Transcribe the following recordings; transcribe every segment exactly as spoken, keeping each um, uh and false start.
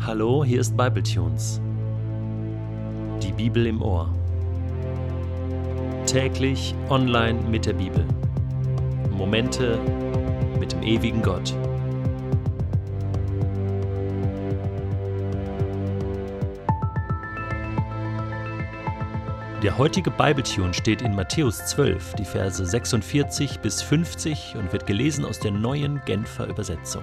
Hallo, hier ist Bibletunes. Die Bibel im Ohr. Täglich online mit der Bibel. Momente mit dem ewigen Gott. Der heutige Bibletune steht in Matthäus zwölf, die Verse sechsundvierzig bis fünfzig und wird gelesen aus der neuen Genfer Übersetzung.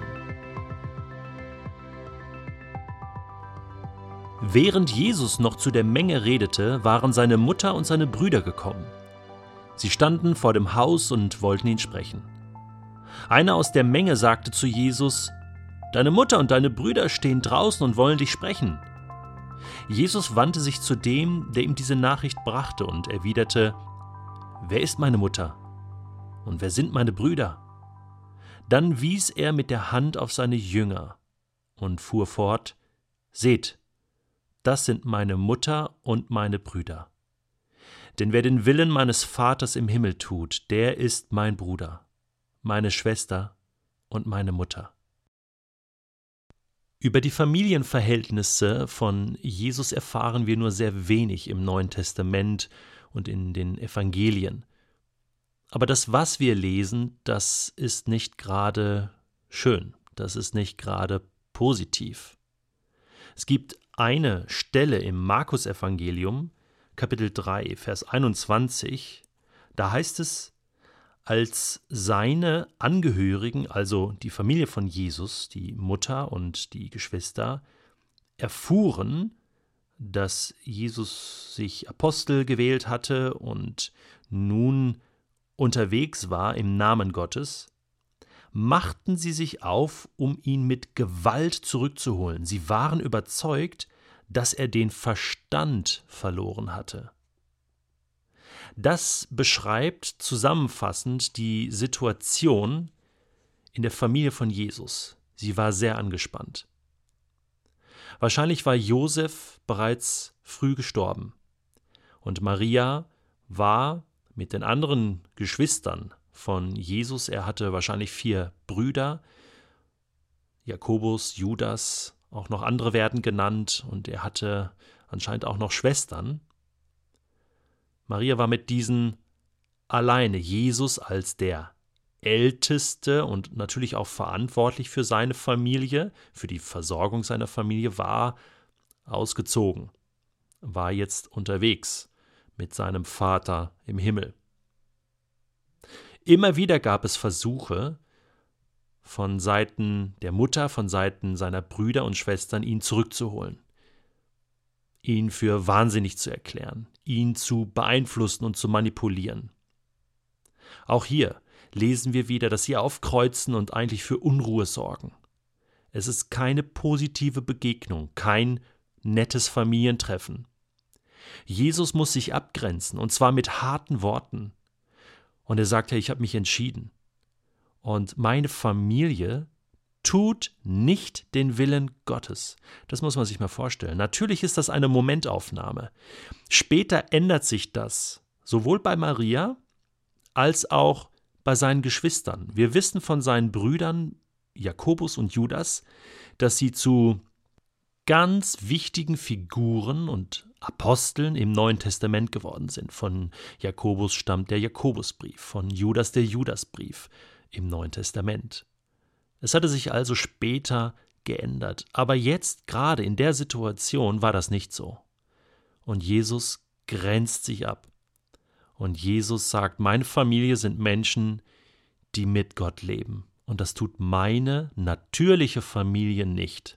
Während Jesus noch zu der Menge redete, waren seine Mutter und seine Brüder gekommen. Sie standen vor dem Haus und wollten ihn sprechen. Einer aus der Menge sagte zu Jesus: »Deine Mutter und deine Brüder stehen draußen und wollen dich sprechen.« Jesus wandte sich zu dem, der ihm diese Nachricht brachte, und erwiderte: »Wer ist meine Mutter? Und wer sind meine Brüder?« Dann wies er mit der Hand auf seine Jünger und fuhr fort: »Seht, das sind meine Mutter und meine Brüder. Denn wer den Willen meines Vaters im Himmel tut, der ist mein Bruder, meine Schwester und meine Mutter.« Über die Familienverhältnisse von Jesus erfahren wir nur sehr wenig im Neuen Testament und in den Evangelien. Aber das, was wir lesen, das ist nicht gerade schön, das ist nicht gerade positiv. Es gibt eine Stelle im Markus-Evangelium, Kapitel drei, Vers einundzwanzig, da heißt es: Als seine Angehörigen, also die Familie von Jesus, die Mutter und die Geschwister, erfuhren, dass Jesus sich Apostel gewählt hatte und nun unterwegs war im Namen Gottes, machten sie sich auf, um ihn mit Gewalt zurückzuholen. Sie waren überzeugt, dass er den Verstand verloren hatte. Das beschreibt zusammenfassend die Situation in der Familie von Jesus. Sie war sehr angespannt. Wahrscheinlich war Josef bereits früh gestorben und Maria war mit den anderen Geschwistern von Jesus, er hatte wahrscheinlich vier Brüder, Jakobus, Judas, auch noch andere werden genannt, und er hatte anscheinend auch noch Schwestern. Maria war mit diesen alleine. Jesus als der Älteste und natürlich auch verantwortlich für seine Familie, für die Versorgung seiner Familie, war ausgezogen, war jetzt unterwegs mit seinem Vater im Himmel. Immer wieder gab es Versuche von Seiten der Mutter, von Seiten seiner Brüder und Schwestern, ihn zurückzuholen, ihn für wahnsinnig zu erklären, ihn zu beeinflussen und zu manipulieren. Auch hier lesen wir wieder, dass sie aufkreuzen und eigentlich für Unruhe sorgen. Es ist keine positive Begegnung, kein nettes Familientreffen. Jesus muss sich abgrenzen, und zwar mit harten Worten. Und er sagt: hey, ich habe mich entschieden. Und meine Familie tut nicht den Willen Gottes. Das muss man sich mal vorstellen. Natürlich ist das eine Momentaufnahme. Später ändert sich das, sowohl bei Maria als auch bei seinen Geschwistern. Wir wissen von seinen Brüdern Jakobus und Judas, dass sie zu ganz wichtigen Figuren und Aposteln im Neuen Testament geworden sind. Von Jakobus stammt der Jakobusbrief, von Judas der Judasbrief im Neuen Testament. Es hatte sich also später geändert, aber jetzt, gerade in der Situation, war das nicht so. Und Jesus grenzt sich ab. Und Jesus sagt: meine Familie sind Menschen, die mit Gott leben. Und das tut meine natürliche Familie nicht.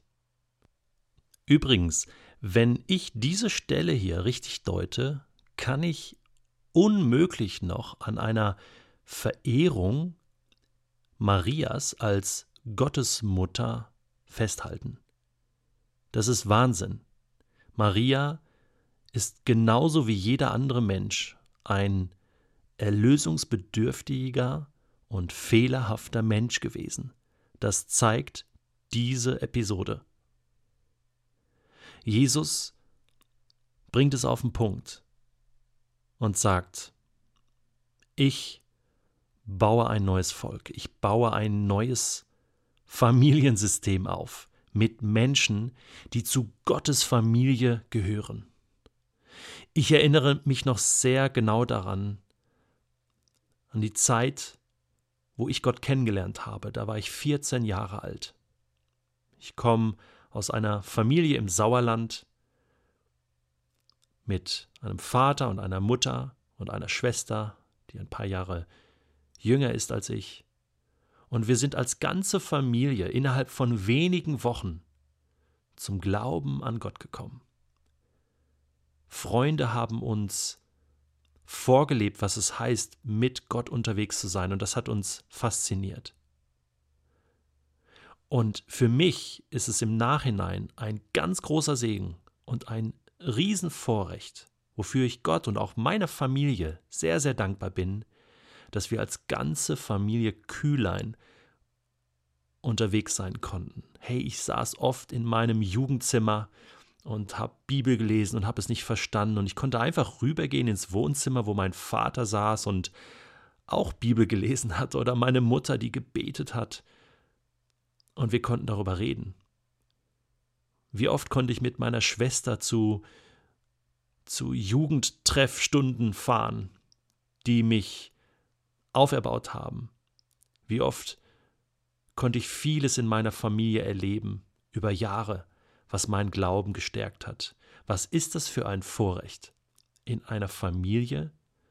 Übrigens, wenn ich diese Stelle hier richtig deute, kann ich unmöglich noch an einer Verehrung Marias als Gottesmutter festhalten. Das ist Wahnsinn. Maria ist genauso wie jeder andere Mensch ein erlösungsbedürftiger und fehlerhafter Mensch gewesen. Das zeigt diese Episode. Jesus bringt es auf den Punkt und sagt: Ich baue ein neues Volk, ich baue ein neues Familiensystem auf mit Menschen, die zu Gottes Familie gehören. Ich erinnere mich noch sehr genau daran, an die Zeit, wo ich Gott kennengelernt habe. Da war ich vierzehn Jahre alt. Ich komme aus einer Familie im Sauerland mit einem Vater und einer Mutter und einer Schwester, die ein paar Jahre jünger ist als ich. Und wir sind als ganze Familie innerhalb von wenigen Wochen zum Glauben an Gott gekommen. Freunde haben uns vorgelebt, was es heißt, mit Gott unterwegs zu sein, und das hat uns fasziniert. Und für mich ist es im Nachhinein ein ganz großer Segen und ein Riesenvorrecht, wofür ich Gott und auch meiner Familie sehr, sehr dankbar bin, dass wir als ganze Familie Kühlein unterwegs sein konnten. Hey, ich saß oft in meinem Jugendzimmer und habe Bibel gelesen und habe es nicht verstanden, und ich konnte einfach rübergehen ins Wohnzimmer, wo mein Vater saß und auch Bibel gelesen hat, oder meine Mutter, die gebetet hat, und wir konnten darüber reden. Wie oft konnte ich mit meiner Schwester zu, zu Jugendtreffstunden fahren, die mich auferbaut haben. Wie oft konnte ich vieles in meiner Familie erleben, über Jahre, was meinen Glauben gestärkt hat. Was ist das für ein Vorrecht, in einer Familie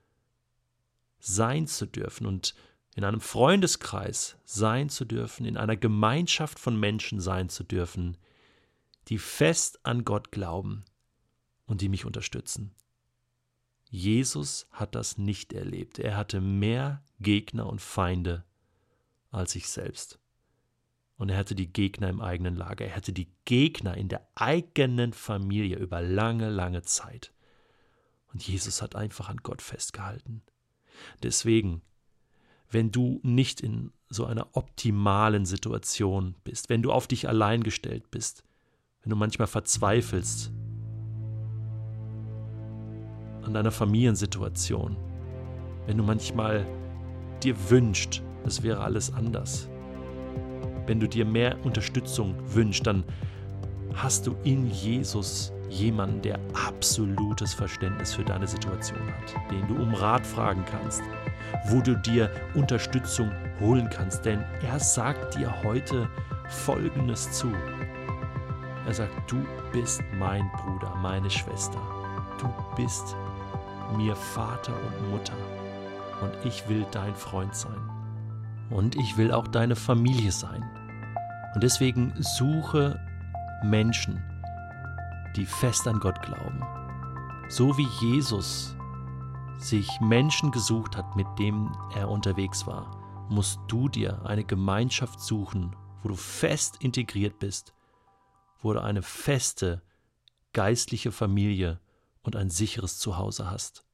sein zu dürfen und in einem Freundeskreis sein zu dürfen, in einer Gemeinschaft von Menschen sein zu dürfen, die fest an Gott glauben und die mich unterstützen. Jesus hat das nicht erlebt. Er hatte mehr Gegner und Feinde als ich selbst. Und er hatte die Gegner im eigenen Lager. Er hatte die Gegner in der eigenen Familie über lange, lange Zeit. Und Jesus hat einfach an Gott festgehalten. Deswegen, wenn du nicht in so einer optimalen Situation bist, wenn du auf dich allein gestellt bist, wenn du manchmal verzweifelst an deiner Familiensituation, wenn du manchmal dir wünschst, es wäre alles anders, wenn du dir mehr Unterstützung wünschst, dann hast du in Jesus jemanden, der absolutes Verständnis für deine Situation hat, den du um Rat fragen kannst, wo du dir Unterstützung holen kannst, denn er sagt dir heute Folgendes zu. Er sagt, du bist mein Bruder, meine Schwester, du bist mir Vater und Mutter, und ich will dein Freund sein. Und ich will auch deine Familie sein. Und deswegen suche Menschen, die fest an Gott glauben. So wie Jesus sich Menschen gesucht hat, mit denen er unterwegs war, musst du dir eine Gemeinschaft suchen, wo du fest integriert bist, wo du eine feste geistliche Familie und ein sicheres Zuhause hast.